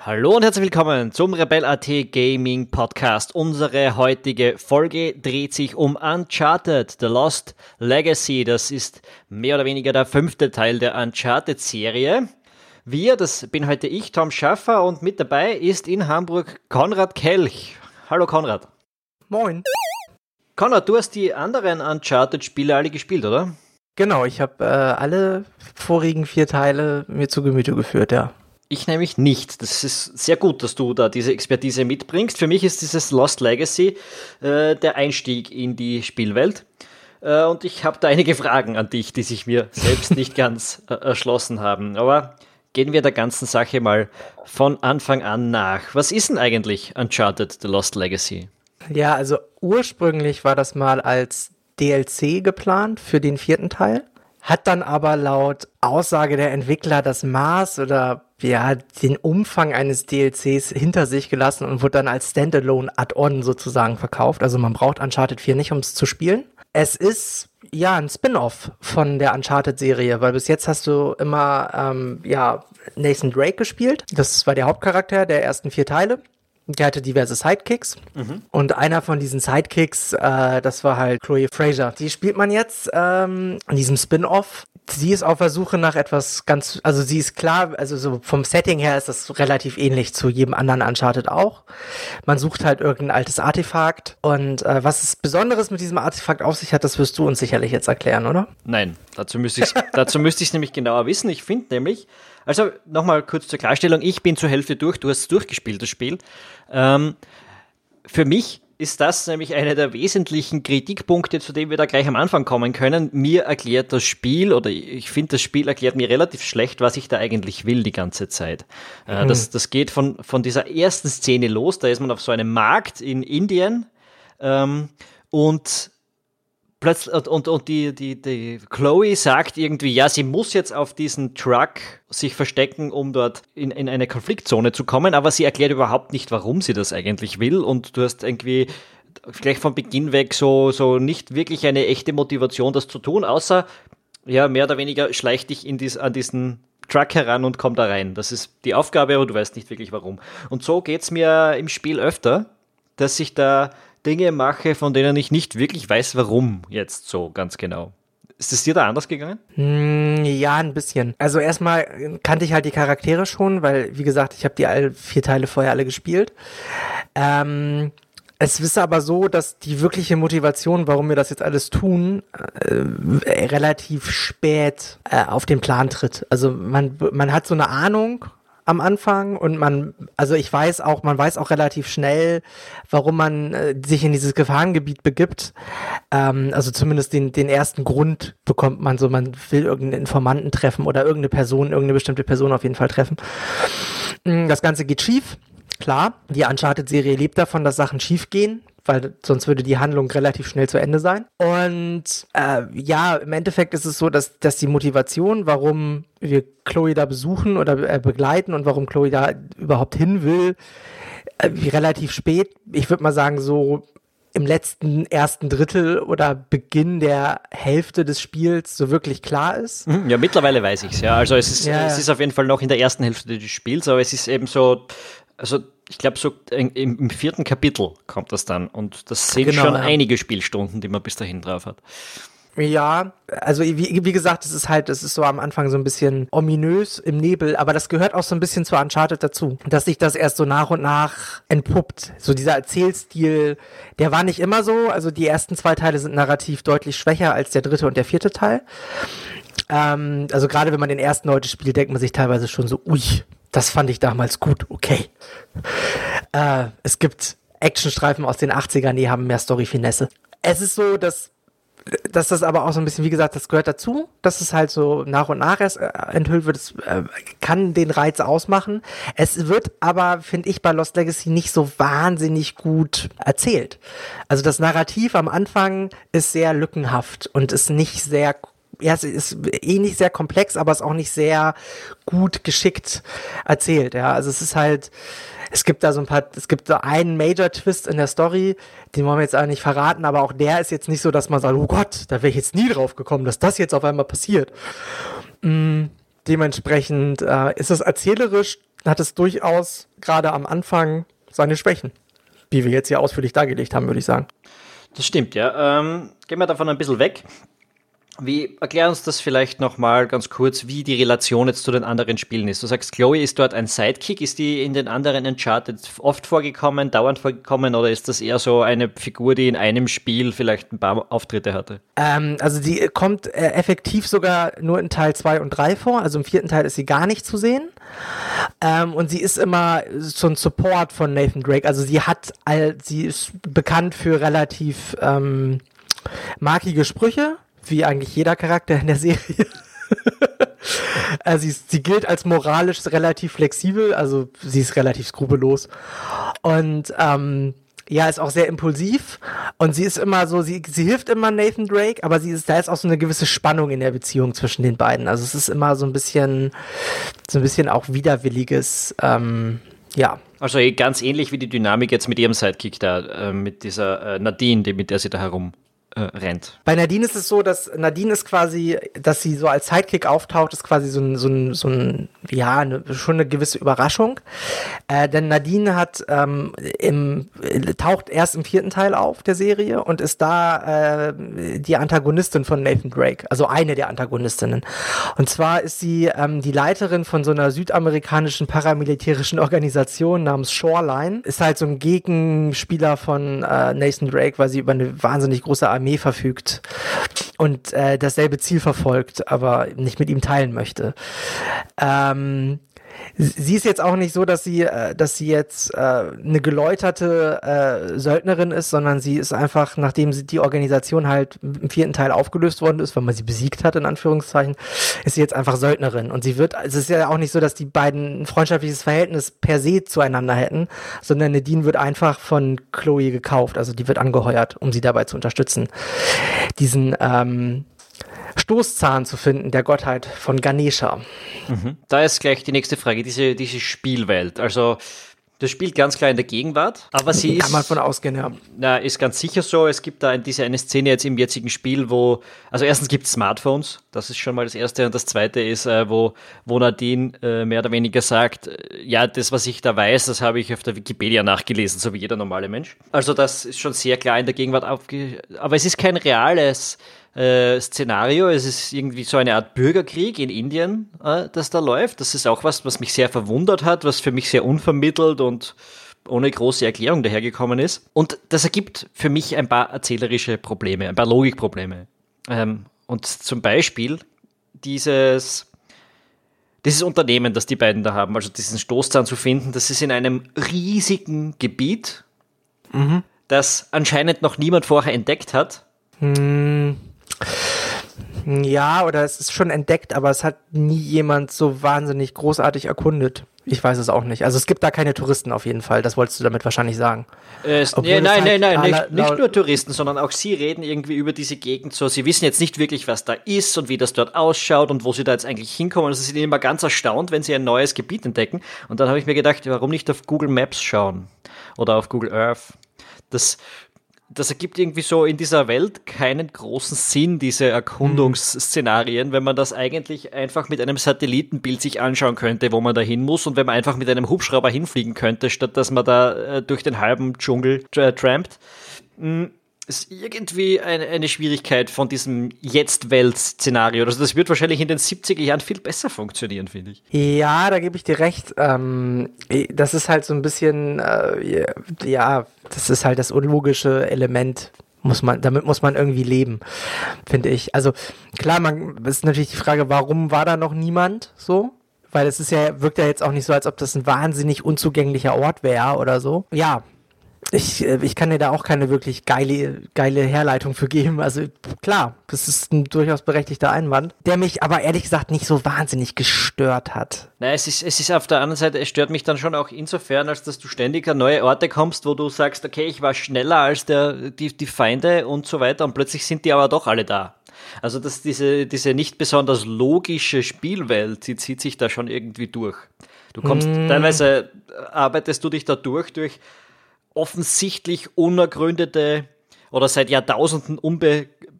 Hallo und herzlich willkommen zum Rebel.at Gaming Podcast. Unsere heutige Folge dreht sich um Uncharted, The Lost Legacy. Das ist mehr oder weniger der 5. Teil der Uncharted-Serie. Das bin heute ich, Tom Schaffer, und mit dabei ist in Hamburg Konrad Kelch. Hallo Konrad. Moin. Konrad, du hast die anderen Uncharted-Spiele alle gespielt, oder? Genau, ich habe alle vorigen 4 Teile mir zu Gemüte geführt, ja. Ich nämlich nicht. Das ist sehr gut, dass du da diese Expertise mitbringst. Für mich ist dieses Lost Legacy der Einstieg in die Spielwelt. Und ich habe da einige Fragen an dich, die sich mir selbst nicht ganz erschlossen haben. Aber gehen wir der ganzen Sache mal von Anfang an nach. Was ist denn eigentlich Uncharted The Lost Legacy? Ja, also ursprünglich war das mal als DLC geplant für den 4. Teil. Hat dann aber laut Aussage der Entwickler das Maß oder den Umfang eines DLCs hinter sich gelassen und wurde dann als Standalone-Add-on sozusagen verkauft. Also man braucht Uncharted 4 nicht, um es zu spielen. Es ist ein Spin-off von der Uncharted-Serie, weil bis jetzt hast du immer Nathan Drake gespielt. Das war der Hauptcharakter der ersten 4 Teile. Der hatte diverse Sidekicks. Und einer von diesen Sidekicks, das war halt Chloe Frazer. Die spielt man jetzt in diesem Spin-off. Sie ist auf der Suche nach etwas sie ist klar, also so vom Setting her ist das relativ ähnlich zu jedem anderen Uncharted auch. Man sucht halt irgendein altes Artefakt und was es Besonderes mit diesem Artefakt auf sich hat, das wirst du uns sicherlich jetzt erklären, oder? Nein, dazu müsste ich es nämlich genauer wissen. Ich finde nämlich, also nochmal kurz zur Klarstellung, ich bin zur Hälfte durch, du hast es durchgespielt, das Spiel. Für mich ist das nämlich einer der wesentlichen Kritikpunkte, zu dem wir da gleich am Anfang kommen können. Mir erklärt das Spiel, oder ich finde, das Spiel erklärt mir relativ schlecht, was ich da eigentlich will die ganze Zeit. Das geht von dieser ersten Szene los, da ist man auf so einem Markt in Indien und plötzlich, und die Chloe sagt irgendwie, ja, sie muss jetzt auf diesen Truck sich verstecken, um dort in eine Konfliktzone zu kommen, aber sie erklärt überhaupt nicht, warum sie das eigentlich will, und du hast irgendwie gleich von Beginn weg so nicht wirklich eine echte Motivation, das zu tun, außer, ja, mehr oder weniger schleicht dich an diesen Truck heran und komm da rein. Das ist die Aufgabe, aber du weißt nicht wirklich warum. Und so geht's mir im Spiel öfter, dass ich da Dinge mache, von denen ich nicht wirklich weiß, warum jetzt so ganz genau. Ist es dir da anders gegangen? Ja, ein bisschen. Also erstmal kannte ich halt die Charaktere schon, weil, wie gesagt, ich habe die 4 Teile vorher alle gespielt. Es ist aber so, dass die wirkliche Motivation, warum wir das jetzt alles tun, relativ spät auf den Plan tritt. Also man hat so eine Ahnung am Anfang und man weiß auch relativ schnell, warum man sich in dieses Gefahrengebiet begibt. Also zumindest den ersten Grund bekommt man so, man will irgendeinen Informanten treffen oder irgendeine bestimmte Person auf jeden Fall treffen. Das Ganze geht schief, klar. Die Uncharted-Serie lebt davon, dass Sachen schief gehen, weil sonst würde die Handlung relativ schnell zu Ende sein. Und im Endeffekt ist es so, dass die Motivation, warum wir Chloe da besuchen oder begleiten und warum Chloe da überhaupt hin will, relativ spät, ich würde mal sagen so im ersten Drittel oder Beginn der Hälfte des Spiels so wirklich klar ist. Ja, mittlerweile weiß ich es, ja. Also es ist auf jeden Fall noch in der ersten Hälfte des Spiels, aber es ist eben so, also ich glaube, so im 4. Kapitel kommt das dann. Und das sind schon einige Spielstunden, die man bis dahin drauf hat. Ja, also wie gesagt, es ist so am Anfang so ein bisschen ominös im Nebel, aber das gehört auch so ein bisschen zu Uncharted dazu, dass sich das erst so nach und nach entpuppt. So dieser Erzählstil, der war nicht immer so, also die ersten 2 Teile sind narrativ deutlich schwächer als der 3. und der 4. Teil. Also gerade wenn man den ersten heute spielt, denkt man sich teilweise schon so, ui, das fand ich damals gut, okay. Es gibt Actionstreifen aus den 80ern, die haben mehr Story-Finesse. Es ist so, dass das aber auch so ein bisschen, wie gesagt, das gehört dazu, dass es halt so nach und nach erst enthüllt wird. Es kann den Reiz ausmachen. Es wird aber, finde ich, bei Lost Legacy nicht so wahnsinnig gut erzählt. Also das Narrativ am Anfang ist sehr lückenhaft und ist nicht sehr, es ist nicht sehr komplex, aber es ist auch nicht sehr gut geschickt erzählt. Ja, also es ist halt, es gibt so einen Major-Twist in der Story, den wollen wir jetzt auch nicht verraten, aber auch der ist jetzt nicht so, dass man sagt, oh Gott, da wäre ich jetzt nie drauf gekommen, dass das jetzt auf einmal passiert. Dementsprechend ist es erzählerisch hat es durchaus gerade am Anfang seine Schwächen, wie wir jetzt hier ausführlich dargelegt haben, würde ich sagen. Das stimmt, ja. Gehen wir davon ein bisschen weg. Erklär uns das vielleicht nochmal ganz kurz, wie die Relation jetzt zu den anderen Spielen ist. Du sagst, Chloe ist dort ein Sidekick. Ist die in den anderen Uncharted oft vorgekommen, dauernd vorgekommen, oder ist das eher so eine Figur, die in einem Spiel vielleicht ein paar Auftritte hatte? Also die kommt effektiv sogar nur in Teil 2 und 3 vor. Also im 4. Teil ist sie gar nicht zu sehen. Und sie ist immer so ein Support von Nathan Drake. Also sie ist bekannt für relativ markige Sprüche, wie eigentlich jeder Charakter in der Serie. Sie gilt als moralisch relativ flexibel, also sie ist relativ skrupellos. Und ist auch sehr impulsiv. Und sie ist immer so, sie hilft immer Nathan Drake, aber da ist auch so eine gewisse Spannung in der Beziehung zwischen den beiden. Also es ist immer so ein bisschen auch widerwilliges, Also ganz ähnlich wie die Dynamik jetzt mit ihrem Sidekick da, mit dieser Nadine, mit der sie da herum rennt. Bei Nadine ist es so, dass Nadine ist quasi, dass sie so als Sidekick auftaucht, ist quasi schon eine gewisse Überraschung. Denn Nadine taucht erst im 4. Teil auf der Serie und ist da die Antagonistin von Nathan Drake, also eine der Antagonistinnen. Und zwar ist sie die Leiterin von so einer südamerikanischen paramilitärischen Organisation namens Shoreline. Ist halt so ein Gegenspieler von Nathan Drake, weil sie über eine wahnsinnig große Armee verfügt und dasselbe Ziel verfolgt, aber nicht mit ihm teilen möchte. Sie ist jetzt auch nicht so, dass sie jetzt eine geläuterte Söldnerin ist, sondern sie ist einfach, nachdem die Organisation halt im 4. Teil aufgelöst worden ist, weil man sie besiegt hat, in Anführungszeichen, ist sie jetzt einfach Söldnerin. Und es ist ja auch nicht so, dass die beiden ein freundschaftliches Verhältnis per se zueinander hätten, sondern Nadine wird einfach von Chloe gekauft, also die wird angeheuert, um sie dabei zu unterstützen, diesen Stoßzahn zu finden, der Gottheit von Ganesha. Da ist gleich die nächste Frage, diese Spielwelt. Also das spielt ganz klar in der Gegenwart, aber sie kann man von ausgehen, ja. Na, ist ganz sicher so. Es gibt da diese eine Szene jetzt im jetzigen Spiel, also erstens gibt es Smartphones, das ist schon mal das Erste, und das Zweite ist, wo Nadine mehr oder weniger sagt, ja, das, was ich da weiß, das habe ich auf der Wikipedia nachgelesen, so wie jeder normale Mensch. Also das ist schon sehr klar in der Gegenwart aber es ist kein reales Szenario. Es ist irgendwie so eine Art Bürgerkrieg in Indien, das da läuft. Das ist auch was mich sehr verwundert hat, was für mich sehr unvermittelt und ohne große Erklärung dahergekommen ist. Und das ergibt für mich ein paar erzählerische Probleme, ein paar Logikprobleme. Und zum Beispiel dieses Unternehmen, das die beiden da haben, also diesen Stoßzahn zu finden, das ist in einem riesigen Gebiet, das anscheinend noch niemand vorher entdeckt hat. Ja, oder es ist schon entdeckt, aber es hat nie jemand so wahnsinnig großartig erkundet. Ich weiß es auch nicht. Also es gibt da keine Touristen auf jeden Fall, das wolltest du damit wahrscheinlich sagen. Nein, nicht nur Touristen, sondern auch sie reden irgendwie über diese Gegend so. Sie wissen jetzt nicht wirklich, was da ist und wie das dort ausschaut und wo sie da jetzt eigentlich hinkommen. Also sie sind immer ganz erstaunt, wenn sie ein neues Gebiet entdecken. Und dann habe ich mir gedacht, warum nicht auf Google Maps schauen oder auf Google Earth? Das ergibt irgendwie so in dieser Welt keinen großen Sinn, diese Erkundungsszenarien, wenn man das eigentlich einfach mit einem Satellitenbild sich anschauen könnte, wo man da hin muss, und wenn man einfach mit einem Hubschrauber hinfliegen könnte, statt dass man da durch den halben Dschungel trampt. Ist irgendwie eine Schwierigkeit von diesem Jetzt-Welt-Szenario. Also das wird wahrscheinlich in den 70er Jahren viel besser funktionieren, finde ich. Ja, da gebe ich dir recht. Das ist halt so ein bisschen, das ist halt das unlogische Element. Damit muss man irgendwie leben, finde ich. Also klar, ist natürlich die Frage, warum war da noch niemand so? Weil es wirkt ja jetzt auch nicht so, als ob das ein wahnsinnig unzugänglicher Ort wäre oder so. Ja. Ich kann dir da auch keine wirklich geile Herleitung für geben. Also klar, das ist ein durchaus berechtigter Einwand, der mich aber ehrlich gesagt nicht so wahnsinnig gestört hat. Nein, es ist auf der anderen Seite, es stört mich dann schon auch insofern, als dass du ständig an neue Orte kommst, wo du sagst, okay, ich war schneller als die Feinde und so weiter, und plötzlich sind die aber doch alle da. Also diese nicht besonders logische Spielwelt, die zieht sich da schon irgendwie durch. Du kommst, teilweise arbeitest du dich da durch offensichtlich unergründete oder seit Jahrtausenden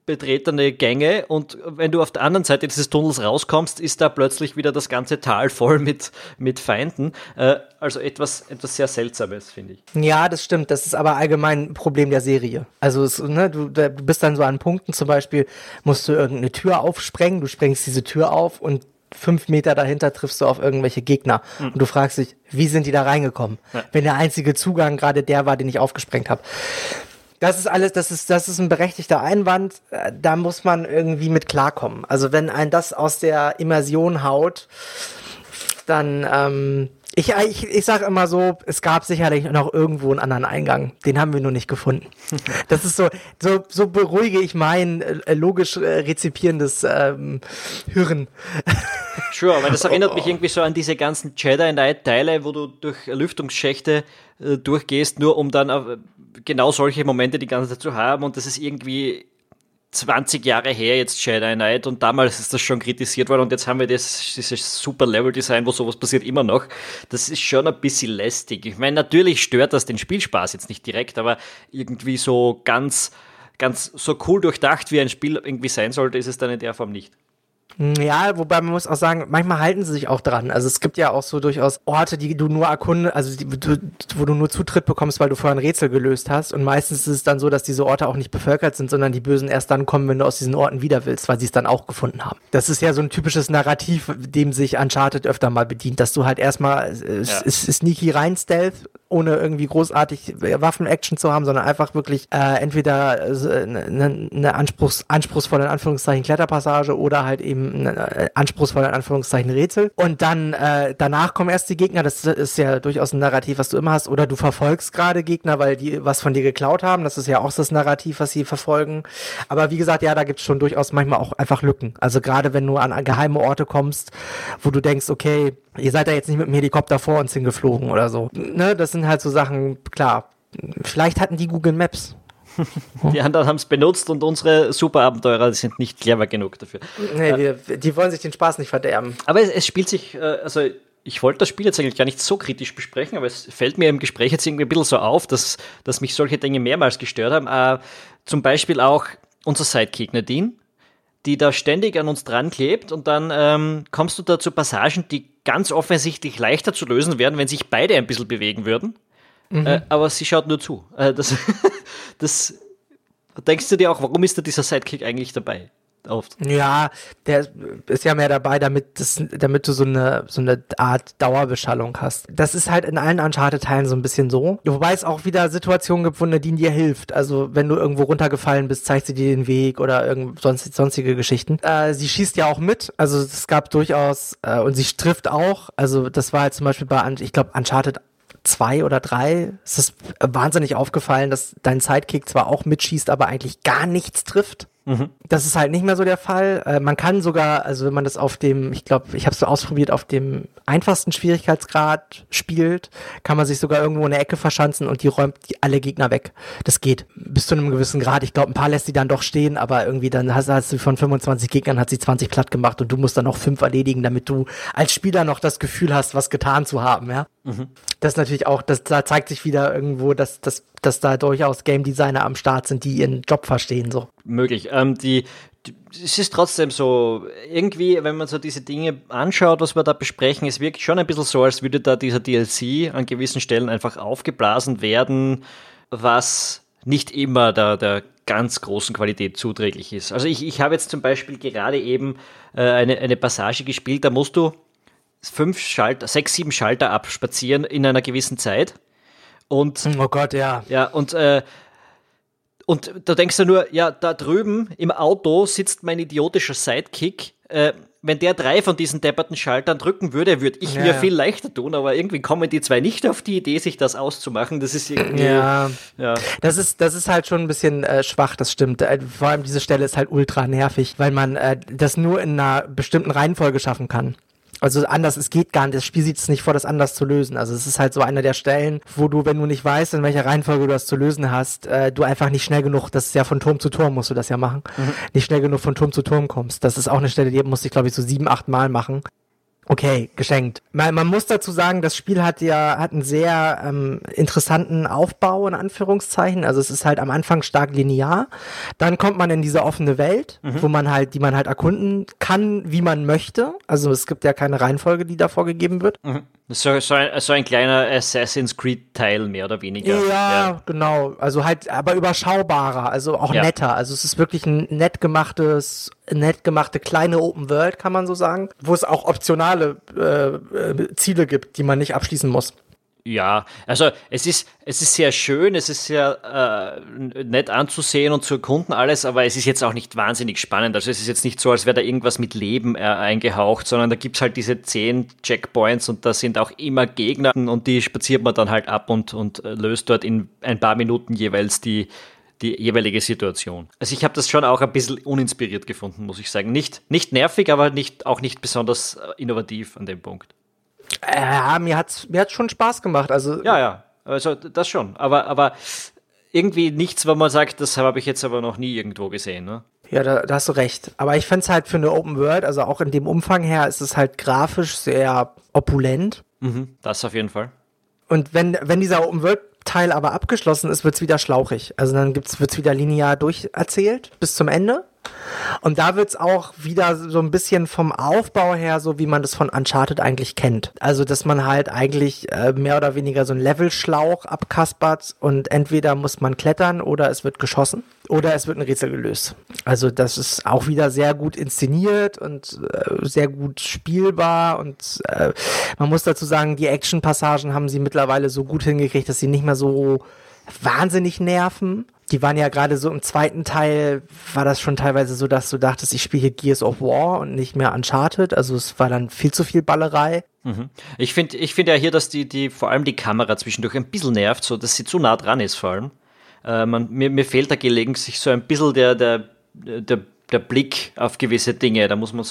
betretene Gänge und wenn du auf der anderen Seite dieses Tunnels rauskommst, ist da plötzlich wieder das ganze Tal voll mit Feinden. Also etwas sehr Seltsames, finde ich. Ja, das stimmt. Das ist aber allgemein ein Problem der Serie. Also du bist dann so an Punkten, zum Beispiel musst du irgendeine Tür aufsprengen, du sprengst diese Tür auf und 5 Meter dahinter triffst du auf irgendwelche Gegner. Und du fragst dich, wie sind die da reingekommen? Ja. Wenn der einzige Zugang gerade der war, den ich aufgesprengt habe. Das ist alles, das ist ein berechtigter Einwand, da muss man irgendwie mit klarkommen. Also wenn ein das aus der Immersion haut, dann, ich sage immer so, es gab sicherlich noch irgendwo einen anderen Eingang, den haben wir nur nicht gefunden. Das ist so beruhige ich mein logisch rezipierendes Hirn. Sure, weil das erinnert mich irgendwie so an diese ganzen Jedi Knight-Teile, wo du durch Lüftungsschächte durchgehst, nur um dann genau solche Momente die ganze Zeit zu haben, und das ist irgendwie 20 Jahre her jetzt Jedi Knight und damals ist das schon kritisiert worden und jetzt haben wir dieses super Level-Design, wo sowas passiert immer noch. Das ist schon ein bisschen lästig. Ich meine, natürlich stört das den Spielspaß jetzt nicht direkt, aber irgendwie so ganz so cool durchdacht, wie ein Spiel irgendwie sein sollte, ist es dann in der Form nicht. Ja, wobei man muss auch sagen, manchmal halten sie sich auch dran. Also es gibt ja auch so durchaus Orte, die du nur erkundest, also wo du nur Zutritt bekommst, weil du vorher ein Rätsel gelöst hast. Und meistens ist es dann so, dass diese Orte auch nicht bevölkert sind, sondern die Bösen erst dann kommen, wenn du aus diesen Orten wieder willst, weil sie es dann auch gefunden haben. Das ist ja so ein typisches Narrativ, dem sich Uncharted öfter mal bedient, dass du halt erstmal sneaky rein Stealth, ohne irgendwie großartig Waffen-Action zu haben, sondern einfach wirklich entweder eine anspruchsvolle, in Anführungszeichen, Kletterpassage oder halt eben anspruchsvolle, in Anführungszeichen, Rätsel. Und dann danach kommen erst die Gegner. Das ist ja durchaus ein Narrativ, was du immer hast. Oder du verfolgst gerade Gegner, weil die was von dir geklaut haben. Das ist ja auch das Narrativ, was sie verfolgen. Aber wie gesagt, ja, da gibt es schon durchaus manchmal auch einfach Lücken. Also gerade wenn du an geheime Orte kommst, wo du denkst, okay, ihr seid da jetzt nicht mit dem Helikopter vor uns hingeflogen oder so. Ne, das sind halt so Sachen, klar. Vielleicht hatten die Google Maps. Die anderen haben es benutzt und unsere Superabenteurer sind nicht clever genug dafür. Nee, die wollen sich den Spaß nicht verderben. Aber es spielt sich, also ich wollte das Spiel jetzt eigentlich gar nicht so kritisch besprechen, aber es fällt mir im Gespräch jetzt irgendwie ein bisschen so auf, dass mich solche Dinge mehrmals gestört haben. Zum Beispiel auch unser Sidekick Nadine, die da ständig an uns dran klebt und dann kommst du da zu Passagen, die ganz offensichtlich leichter zu lösen wären, wenn sich beide ein bisschen bewegen würden. Aber sie schaut nur zu. Das denkst du dir auch, warum ist da dieser Sidekick eigentlich dabei? Oft. Ja, der ist ja mehr dabei, damit du so eine Art Dauerbeschallung hast. Das ist halt in allen Uncharted-Teilen so ein bisschen so. Wobei es auch wieder Situationen gibt, wo Nadine dir hilft. Also wenn du irgendwo runtergefallen bist, zeigt sie dir den Weg oder sonstige Geschichten. Sie schießt ja auch mit. Also es gab durchaus, und sie trifft auch. Also das war halt zum Beispiel bei, ich glaube, Uncharted 2 oder 3 ist es wahnsinnig aufgefallen, dass dein Sidekick zwar auch mitschießt, aber eigentlich gar nichts trifft. Das ist halt nicht mehr so der Fall. Man kann sogar, also wenn man das auf dem, ich glaube, ich habe es so ausprobiert, auf dem einfachsten Schwierigkeitsgrad spielt, kann man sich sogar irgendwo in der Ecke verschanzen und die räumt alle Gegner weg. Das geht bis zu einem gewissen Grad. Ich glaube, ein paar lässt die dann doch stehen, aber irgendwie dann hast du von 25 Gegnern hat sie 20 platt gemacht und du musst dann noch 5 erledigen, damit du als Spieler noch das Gefühl hast, was getan zu haben, ja. Das ist natürlich auch, da zeigt sich wieder irgendwo, dass da durchaus Game Designer am Start sind, die ihren Job verstehen, so. Möglich. Es ist trotzdem so, irgendwie, wenn man so diese Dinge anschaut, was wir da besprechen, es wirkt schon ein bisschen so, als würde da dieser DLC an gewissen Stellen einfach aufgeblasen werden, was nicht immer der ganz großen Qualität zuträglich ist. Also ich habe jetzt zum Beispiel gerade eben eine Passage gespielt, da musst du 6, 7 Schalter abspazieren in einer gewissen Zeit. Und, oh Gott, ja. Ja, und da denkst du nur, ja, da drüben im Auto sitzt mein idiotischer Sidekick. Wenn der 3 von diesen depperten Schaltern drücken würde ich mir viel leichter tun, aber irgendwie kommen die 2 nicht auf die Idee, sich das auszumachen. Das ist irgendwie... Ja. Das ist halt schon ein bisschen schwach, das stimmt. Vor allem diese Stelle ist halt ultra nervig, weil man das nur in einer bestimmten Reihenfolge schaffen kann. Also anders, es geht gar nicht, das Spiel sieht es nicht vor, das anders zu lösen. Also es ist halt so eine der Stellen, wo du, wenn du nicht weißt, in welcher Reihenfolge du das zu lösen hast, du einfach nicht schnell genug, das ist ja von Turm zu Turm musst du das ja machen, nicht schnell genug von Turm zu Turm kommst. Das ist auch eine Stelle, die musste ich glaube ich so 7, 8 Mal machen. Okay, geschenkt. Man muss dazu sagen, das Spiel hat einen sehr interessanten Aufbau, in Anführungszeichen. Also es ist halt am Anfang stark linear. Dann kommt man in diese offene Welt, die man halt erkunden kann, wie man möchte. Also es gibt ja keine Reihenfolge, die da vorgegeben wird. So ein kleiner Assassin's Creed-Teil, mehr oder weniger. Ja, genau. Also halt, aber überschaubarer, also auch netter. Also es ist wirklich ein nett gemachte kleine Open World, kann man so sagen, wo es auch optionale Ziele gibt, die man nicht abschließen muss. Ja, also es ist sehr schön, es ist sehr nett anzusehen und zu erkunden alles, aber es ist jetzt auch nicht wahnsinnig spannend. Also es ist jetzt nicht so, als wäre da irgendwas mit Leben eingehaucht, sondern da gibt's halt diese 10 Checkpoints und da sind auch immer Gegner und die spaziert man dann halt ab und löst dort in ein paar Minuten jeweils die jeweilige Situation. Also ich habe das schon auch ein bisschen uninspiriert gefunden, muss ich sagen. Nicht nervig, aber auch nicht besonders innovativ an dem Punkt. Mir hat's schon Spaß gemacht. Also Ja, also das schon. Aber irgendwie nichts, wo man sagt, das habe ich jetzt aber noch nie irgendwo gesehen. Ne? Ja, da hast du recht. Aber ich fände es halt für eine Open World, also auch in dem Umfang her, ist es halt grafisch sehr opulent. Das auf jeden Fall. Und wenn dieser Open World Teil aber abgeschlossen ist, wird's wieder schlauchig. Also dann wird's wieder linear durcherzählt bis zum Ende. Und da wird's auch wieder so ein bisschen vom Aufbau her, so wie man das von Uncharted eigentlich kennt. Also, dass man halt eigentlich mehr oder weniger so einen Levelschlauch abkaspert und entweder muss man klettern oder es wird geschossen oder es wird ein Rätsel gelöst. Also, das ist auch wieder sehr gut inszeniert und sehr gut spielbar und man muss dazu sagen, die Action-Passagen haben sie mittlerweile so gut hingekriegt, dass sie nicht mehr so wahnsinnig nerven. Die waren ja gerade so im zweiten Teil, war das schon teilweise so, dass du dachtest, ich spiele hier Gears of War und nicht mehr Uncharted. Also es war dann viel zu viel Ballerei. Ich finde ja hier, dass die vor allem die Kamera zwischendurch ein bisschen nervt, so dass sie zu nah dran ist vor allem. Mir fehlt da gelegentlich so ein bisschen der Blick auf gewisse Dinge. Da muss man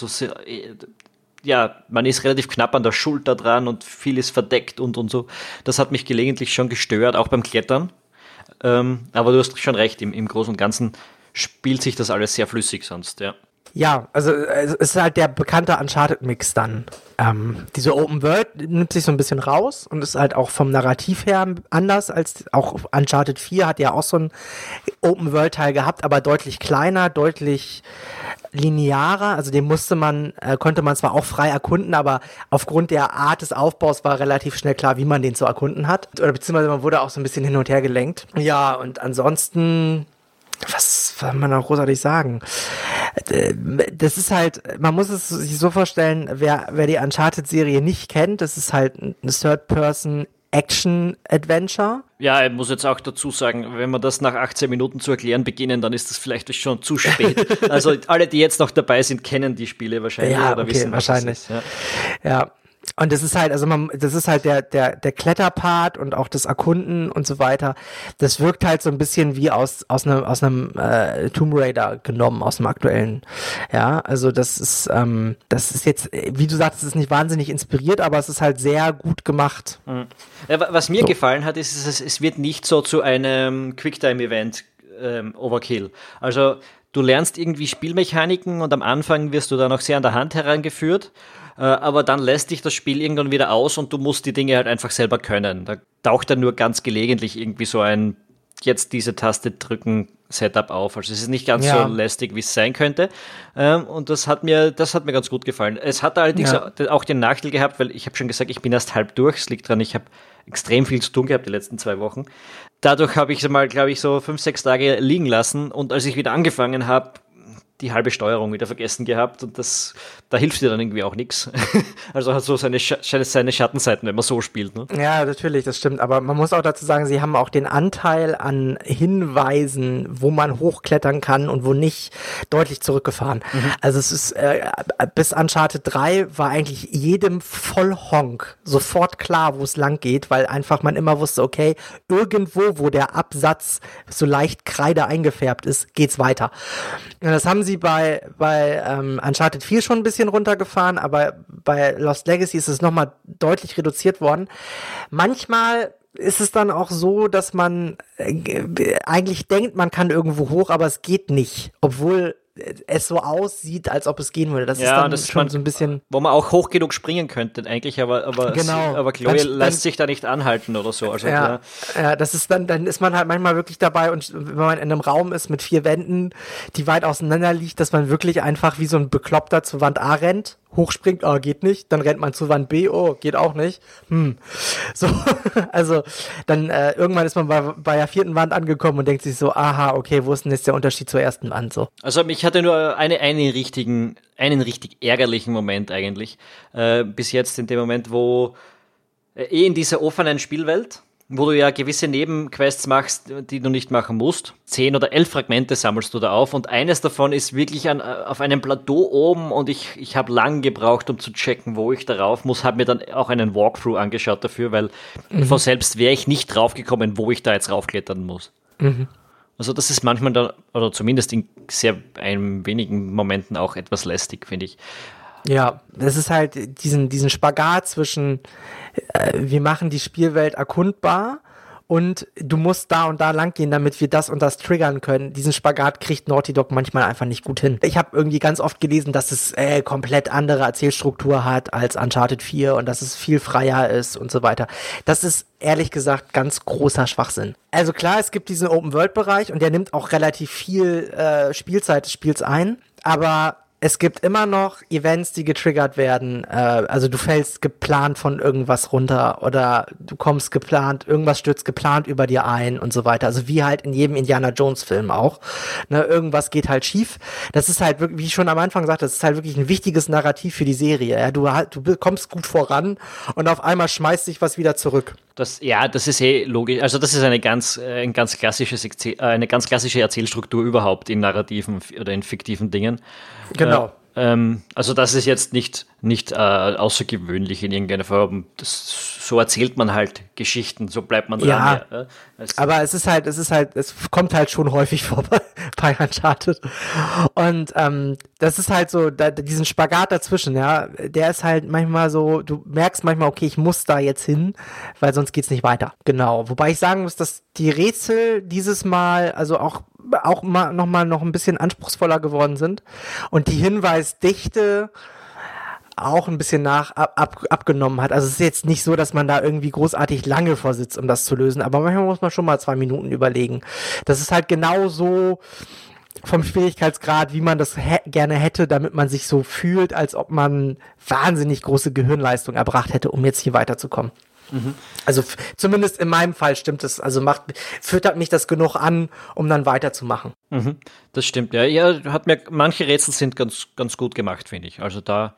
man ist relativ knapp an der Schulter dran und viel ist verdeckt und so. Das hat mich gelegentlich schon gestört, auch beim Klettern. Aber du hast schon recht, im Großen und Ganzen spielt sich das alles sehr flüssig sonst, ja. Ja, also es ist halt der bekannte Uncharted-Mix dann. Diese Open World nimmt sich so ein bisschen raus und ist halt auch vom Narrativ her anders als auch Uncharted 4 hat ja auch so einen Open World-Teil gehabt, aber deutlich kleiner, deutlich linearer, also den konnte man zwar auch frei erkunden, aber aufgrund der Art des Aufbaus war relativ schnell klar, wie man den zu erkunden hat. Oder beziehungsweise man wurde auch so ein bisschen hin und her gelenkt. Ja, und ansonsten, was soll man noch großartig sagen? Das ist halt, man muss es sich so vorstellen, wer die Uncharted-Serie nicht kennt, das ist halt ein Third-Person Action-Adventure. Ja, ich muss jetzt auch dazu sagen, wenn wir das nach 18 Minuten zu erklären beginnen, dann ist das vielleicht schon zu spät. Also alle, die jetzt noch dabei sind, kennen die Spiele wahrscheinlich oder wissen, was wahrscheinlich. Es ist. Ja. Und das ist halt, das ist halt der Kletterpart und auch das Erkunden und so weiter. Das wirkt halt so ein bisschen wie aus einem Tomb Raider genommen, aus dem aktuellen. Ja, also das ist jetzt, wie du sagst, es ist nicht wahnsinnig inspiriert, aber es ist halt sehr gut gemacht. Was mir gefallen hat, ist, es wird nicht so zu einem Quicktime-Event Overkill. Also du lernst irgendwie Spielmechaniken und am Anfang wirst du da noch sehr an der Hand herangeführt. Aber dann lässt dich das Spiel irgendwann wieder aus und du musst die Dinge halt einfach selber können. Da taucht dann nur ganz gelegentlich irgendwie so ein jetzt diese Taste drücken Setup auf. Also es ist nicht ganz so lästig, wie es sein könnte. Und das hat mir ganz gut gefallen. Es hat allerdings auch den Nachteil gehabt, weil ich habe schon gesagt, ich bin erst halb durch. Es liegt dran, ich habe extrem viel zu tun gehabt die letzten 2 Wochen. Dadurch habe ich es mal, glaube ich, so 5-6 Tage liegen lassen. Und als ich wieder angefangen habe, die halbe Steuerung wieder vergessen gehabt und da hilft dir dann irgendwie auch nichts. Also hat so seine Schattenseiten, wenn man so spielt. Ne? Ja, natürlich, das stimmt. Aber man muss auch dazu sagen, sie haben auch den Anteil an Hinweisen, wo man hochklettern kann und wo nicht, deutlich zurückgefahren. Also es ist, bis Uncharted 3 war eigentlich jedem Vollhonk sofort klar, wo es lang geht, weil einfach man immer wusste, okay, irgendwo, wo der Absatz so leicht Kreide eingefärbt ist, geht's weiter. Und das haben sie bei Uncharted 4 schon ein bisschen runtergefahren, aber bei Lost Legacy ist es nochmal deutlich reduziert worden. Manchmal ist es dann auch so, dass man eigentlich denkt, man kann irgendwo hoch, aber es geht nicht. Obwohl es so aussieht, als ob es gehen würde. Das ist Ja, dann das schon so ein bisschen... Wo man auch hoch genug springen könnte eigentlich, aber Genau. Chloe Dann- lässt sich da nicht anhalten oder so. Also, Ja, das ist dann ist man halt manchmal wirklich dabei und wenn man in einem Raum ist mit 4 Wänden, die weit auseinander liegt, dass man wirklich einfach wie so ein Bekloppter zur Wand A rennt, hochspringt, geht nicht, dann rennt man zur Wand B, geht auch nicht. So, also dann irgendwann ist man bei der 4. Wand angekommen und denkt sich so, aha, okay, wo ist denn jetzt der Unterschied zur ersten Wand so? Also ich hatte nur einen richtig ärgerlichen Moment eigentlich. Bis jetzt in dem Moment, wo in dieser offenen Spielwelt, wo du ja gewisse Nebenquests machst, die du nicht machen musst. 10 oder 11 Fragmente sammelst du da auf und eines davon ist wirklich auf einem Plateau oben und ich habe lang gebraucht, um zu checken, wo ich darauf muss. Habe mir dann auch einen Walkthrough angeschaut dafür, weil von selbst wäre ich nicht draufgekommen, wo ich da jetzt raufklettern muss. Also das ist manchmal dann, oder zumindest in sehr wenigen Momenten auch etwas lästig, finde ich. Ja, das ist halt diesen Spagat zwischen, wir machen die Spielwelt erkundbar und du musst da und da lang gehen, damit wir das und das triggern können. Diesen Spagat kriegt Naughty Dog manchmal einfach nicht gut hin. Ich habe irgendwie ganz oft gelesen, dass es komplett andere Erzählstruktur hat als Uncharted 4 und dass es viel freier ist und so weiter. Das ist ehrlich gesagt ganz großer Schwachsinn. Also klar, es gibt diesen Open-World-Bereich und der nimmt auch relativ viel Spielzeit des Spiels ein, aber es gibt immer noch Events, die getriggert werden. Also du fällst geplant von irgendwas runter oder du kommst geplant, irgendwas stürzt geplant über dir ein und so weiter. Also wie halt in jedem Indiana Jones Film auch. Ne, irgendwas geht halt schief. Das ist halt wirklich, wie ich schon am Anfang sagte, das ist halt wirklich ein wichtiges Narrativ für die Serie. Ja? Du kommst gut voran und auf einmal schmeißt sich was wieder zurück. Das ist logisch. Also das ist eine ganz klassische Erzählstruktur überhaupt in narrativen oder in fiktiven Dingen. Genau. Also das ist jetzt nicht außergewöhnlich in irgendeiner Form. So erzählt man halt Geschichten, so bleibt man dran. Ja, aber es kommt halt schon häufig vor bei Uncharted. Und das ist halt so, diesen Spagat dazwischen, ja, der ist halt manchmal so, du merkst manchmal, okay, ich muss da jetzt hin, weil sonst geht's nicht weiter. Genau. Wobei ich sagen muss, dass die Rätsel dieses Mal, also auch mal noch ein bisschen anspruchsvoller geworden sind und die Hinweisdichte auch ein bisschen abgenommen hat. Also es ist jetzt nicht so, dass man da irgendwie großartig lange vorsitzt, um das zu lösen, aber manchmal muss man schon mal 2 Minuten überlegen. Das ist halt genau so vom Schwierigkeitsgrad, wie man das gerne hätte, damit man sich so fühlt, als ob man wahnsinnig große Gehirnleistung erbracht hätte, um jetzt hier weiterzukommen. Also zumindest in meinem Fall stimmt es, also füttert mich das genug an, um dann weiterzumachen. Das stimmt, ja. Manche Rätsel sind ganz, ganz gut gemacht, finde ich. Also da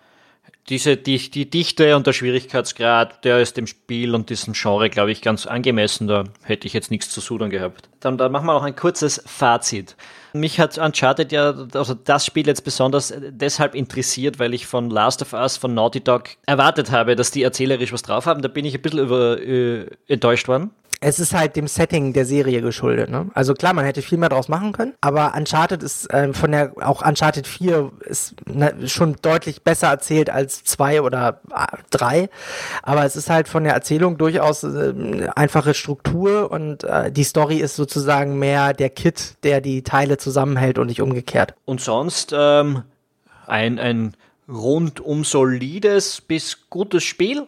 die Dichte und der Schwierigkeitsgrad, der ist dem Spiel und diesem Genre, glaube ich, ganz angemessen. Da hätte ich jetzt nichts zu sudern gehabt. Dann machen wir noch ein kurzes Fazit. Mich hat Uncharted also das Spiel jetzt besonders deshalb interessiert, weil ich von Last of Us, von Naughty Dog erwartet habe, dass die erzählerisch was drauf haben. Da bin ich ein bisschen enttäuscht worden. Es ist halt dem Setting der Serie geschuldet, ne? Also klar, man hätte viel mehr draus machen können, aber Uncharted ist auch Uncharted 4 ist schon deutlich besser erzählt als 2 oder 3, aber es ist halt von der Erzählung durchaus einfache Struktur und die Story ist sozusagen mehr der Kit, der die Teile zusammenhält und nicht umgekehrt. Und sonst ein rundum solides bis gutes Spiel,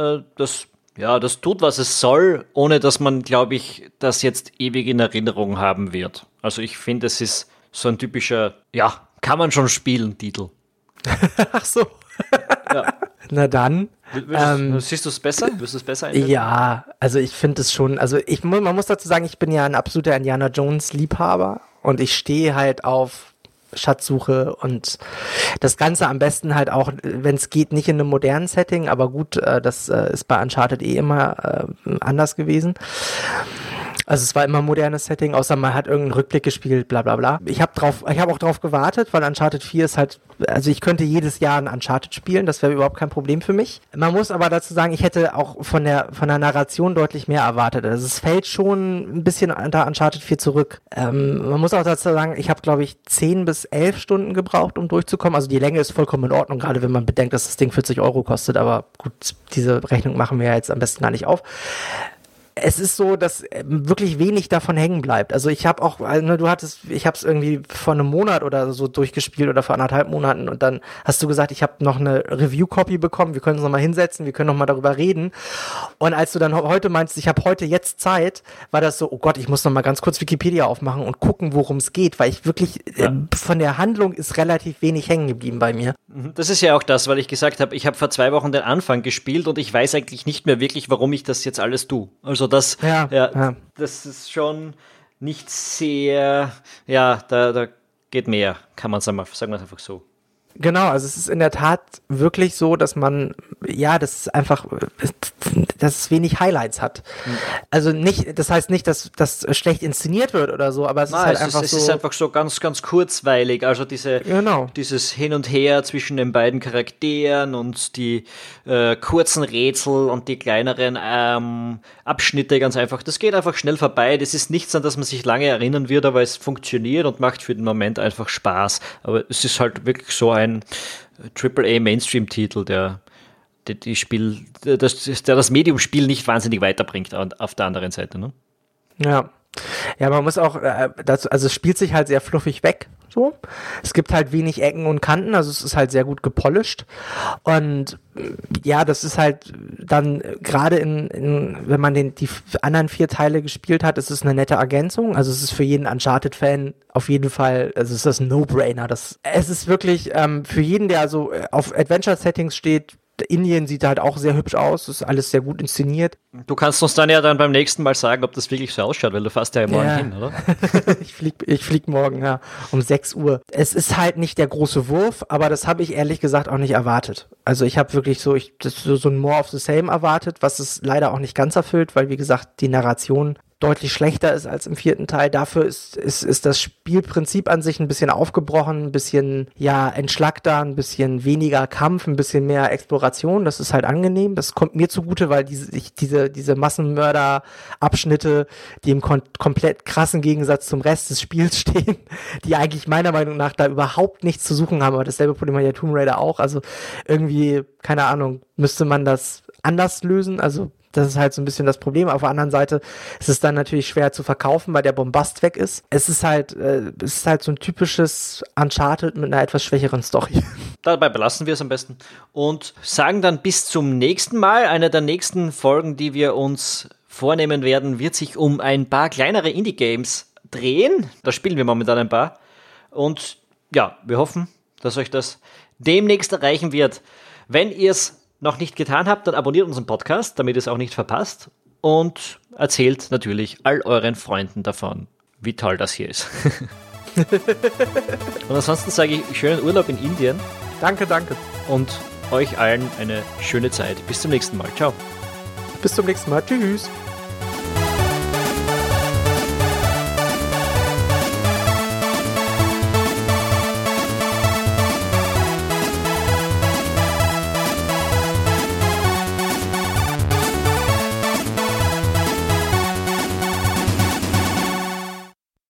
das tut, was es soll, ohne dass man, glaube ich, das jetzt ewig in Erinnerung haben wird. Also ich finde, es ist so ein typischer, kann man schon spielen, Titel. Ach so. Ja. Na dann. Siehst du es besser? Wirst du es besser einsetzen? Ja, also ich finde es schon, also man muss dazu sagen, ich bin ja ein absoluter Indiana Jones Liebhaber und ich stehe halt auf Schatzsuche und das Ganze am besten halt auch, wenn es geht, nicht in einem modernen Setting, aber gut, das ist bei Uncharted immer anders gewesen. Also es war immer ein modernes Setting, außer man hat irgendeinen Rückblick gespielt, bla bla bla. Ich habe auch drauf gewartet, weil Uncharted 4 ist halt, also ich könnte jedes Jahr ein Uncharted spielen, das wäre überhaupt kein Problem für mich. Man muss aber dazu sagen, ich hätte auch von der Narration deutlich mehr erwartet. Also es fällt schon ein bisschen unter Uncharted 4 zurück. Man muss auch dazu sagen, ich habe, glaube ich, 10 bis 11 Stunden gebraucht, um durchzukommen. Also die Länge ist vollkommen in Ordnung, gerade wenn man bedenkt, dass das Ding 40 € kostet, aber gut, diese Rechnung machen wir ja jetzt am besten gar nicht auf. es ist so, dass wirklich wenig davon hängen bleibt. Also ich habe auch, ich habe es irgendwie vor einem Monat oder so durchgespielt oder vor 1,5 Monaten und dann hast du gesagt, ich habe noch eine Review-Copy bekommen, wir können uns noch mal hinsetzen, wir können noch mal darüber reden. Und als du dann heute meinst, ich habe heute jetzt Zeit, war das so, oh Gott, ich muss noch mal ganz kurz Wikipedia aufmachen und gucken, worum es geht, weil ich wirklich, von der Handlung ist relativ wenig hängen geblieben bei mir. Das ist ja auch das, weil ich gesagt habe, ich habe vor 2 Wochen den Anfang gespielt und ich weiß eigentlich nicht mehr wirklich, warum ich das jetzt alles tue. Also das ist schon nicht sehr, da geht mehr, kann man sagen wir es einfach so. Genau, also es ist in der Tat wirklich so, dass man, dass es wenig Highlights hat. Also nicht, das heißt nicht, dass das schlecht inszeniert wird oder so, aber es ist einfach so ganz, ganz kurzweilig. Also dieses Hin und Her zwischen den beiden Charakteren und die kurzen Rätsel und die kleineren Abschnitte ganz einfach. Das geht einfach schnell vorbei. Das ist nichts, an das man sich lange erinnern wird, aber es funktioniert und macht für den Moment einfach Spaß. Aber es ist halt wirklich so ein AAA-Mainstream-Titel, der das Medium-Spiel nicht wahnsinnig weiterbringt auf der anderen Seite, ne? Ja, man muss auch also es spielt sich halt sehr fluffig weg, so. Es gibt halt wenig Ecken und Kanten, also es ist halt sehr gut gepolished und das ist halt dann gerade wenn man die anderen 4 Teile gespielt hat, ist es eine nette Ergänzung, also es ist für jeden Uncharted-Fan auf jeden Fall, also es ist ein No-Brainer, es ist wirklich für jeden, der so auf Adventure-Settings steht. Indien sieht halt auch sehr hübsch aus, ist alles sehr gut inszeniert. Du kannst uns dann ja dann beim nächsten Mal sagen, ob das wirklich so ausschaut, weil du fährst ja morgen hin, oder? Ich flieg morgen, um 6 Uhr. Es ist halt nicht der große Wurf, aber das habe ich ehrlich gesagt auch nicht erwartet. Also ich habe wirklich so ein More of the Same erwartet, was es leider auch nicht ganz erfüllt, weil wie gesagt, die Narration deutlich schlechter ist als im 4. Teil. Dafür ist das Spielprinzip an sich ein bisschen aufgebrochen, ein bisschen entschlackter, ein bisschen weniger Kampf, ein bisschen mehr Exploration. Das ist halt angenehm. Das kommt mir zugute, weil diese Massenmörder-Abschnitte, die im komplett krassen Gegensatz zum Rest des Spiels stehen, die eigentlich meiner Meinung nach da überhaupt nichts zu suchen haben. Aber dasselbe Problem hat ja Tomb Raider auch. Also irgendwie, keine Ahnung, müsste man das anders lösen. Also das ist halt so ein bisschen das Problem. Auf der anderen Seite ist es dann natürlich schwer zu verkaufen, weil der Bombast weg ist. Es ist halt so ein typisches Uncharted mit einer etwas schwächeren Story. Dabei belassen wir es am besten und sagen dann bis zum nächsten Mal. Eine der nächsten Folgen, die wir uns vornehmen werden, wird sich um ein paar kleinere Indie-Games drehen. Da spielen wir momentan ein paar. Und wir hoffen, dass euch das demnächst erreichen wird. Wenn ihr es noch nicht getan habt, dann abonniert unseren Podcast, damit ihr es auch nicht verpasst und erzählt natürlich all euren Freunden davon, wie toll das hier ist. Und ansonsten sage ich schönen Urlaub in Indien. Danke. Und euch allen eine schöne Zeit. Bis zum nächsten Mal. Ciao. Bis zum nächsten Mal. Tschüss.